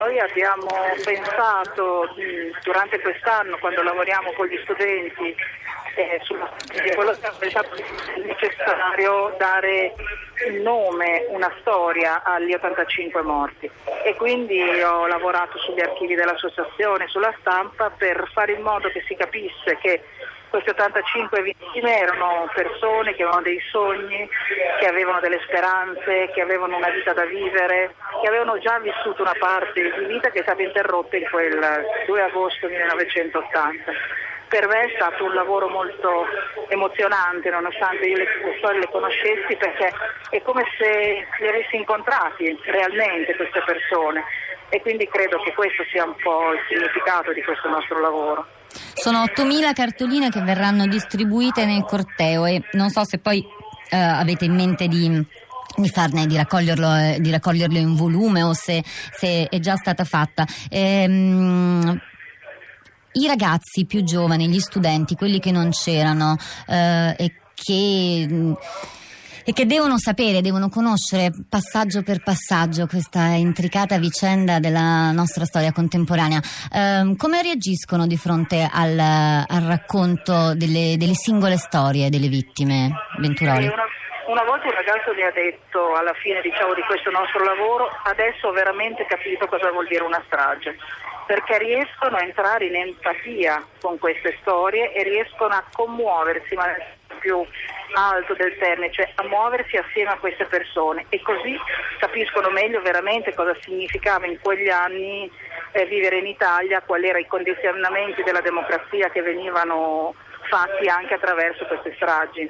Noi abbiamo pensato durante quest'anno, quando lavoriamo con gli studenti, di quello che è necessario dare un nome, una storia agli 85 morti, e quindi ho lavorato sugli archivi dell'associazione, sulla stampa, per fare in modo che si capisse che queste 85 vittime erano persone che avevano dei sogni, che avevano delle speranze, che avevano una vita da vivere, che avevano già vissuto una parte di vita che è stata interrotta in quel 2 agosto 1980. Per me è stato un lavoro molto emozionante, nonostante io le storie le conoscessi, perché è come se li avessi incontrati realmente queste persone, e quindi credo che questo sia un po' il significato di questo nostro lavoro. Sono 8.000 cartoline che verranno distribuite nel corteo, e non so se poi avete in mente di raccoglierlo in volume, o se è già stata fatta. I ragazzi più giovani, gli studenti, quelli che non c'erano e che devono sapere, devono conoscere passaggio per passaggio questa intricata vicenda della nostra storia contemporanea, come reagiscono di fronte al racconto delle singole storie delle vittime, Venturoli? Una volta un ragazzo mi ha detto, alla fine di questo nostro lavoro: adesso ho veramente capito cosa vuol dire una strage, perché riescono a entrare in empatia con queste storie e riescono a commuoversi, ma nel più alto del termine, cioè a muoversi assieme a queste persone, e così capiscono meglio veramente cosa significava in quegli anni vivere in Italia, quali erano i condizionamenti della democrazia che venivano fatti anche attraverso queste stragi.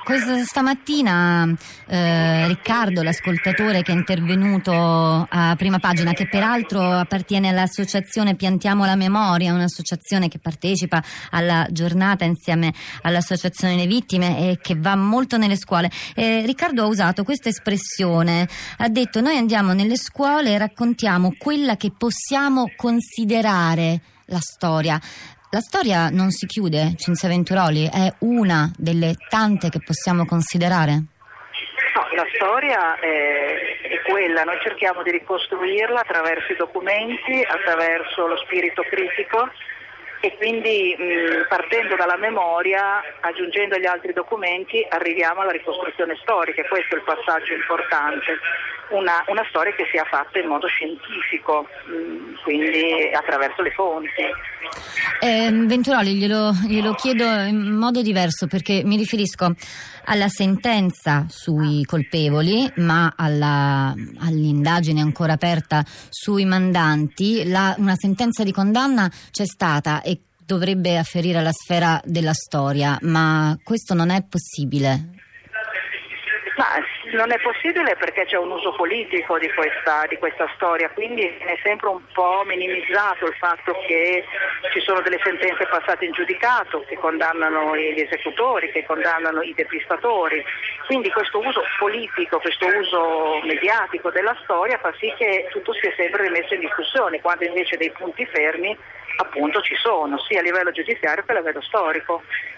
Stamattina Riccardo, l'ascoltatore che è intervenuto a Prima Pagina, che peraltro appartiene all'associazione Piantiamo la Memoria, un'associazione che partecipa alla giornata insieme all'Associazione delle Vittime e che va molto nelle scuole, Riccardo ha usato questa espressione, ha detto: noi andiamo nelle scuole e raccontiamo quella che possiamo considerare la storia. La storia non si chiude, Cinzia Venturoli, è una delle tante che possiamo considerare? No, la storia è quella, noi cerchiamo di ricostruirla attraverso i documenti, attraverso lo spirito critico, e quindi partendo dalla memoria, aggiungendo gli altri documenti, arriviamo alla ricostruzione storica. Questo è il passaggio importante, una storia che sia fatta in modo scientifico, quindi attraverso le fonti. Venturoli, glielo chiedo in modo diverso, perché mi riferisco alla sentenza sui colpevoli, ma all'indagine ancora aperta sui mandanti. Una sentenza di condanna c'è stata e dovrebbe afferire alla sfera della storia, ma questo non è possibile. Ma non è possibile perché c'è un uso politico di questa storia, quindi è sempre un po' minimizzato il fatto che ci sono delle sentenze passate in giudicato che condannano gli esecutori, che condannano i depistatori. Quindi questo uso politico, questo uso mediatico della storia fa sì che tutto sia sempre rimesso in discussione, quando invece dei punti fermi appunto ci sono, sia a livello giudiziario che a livello storico.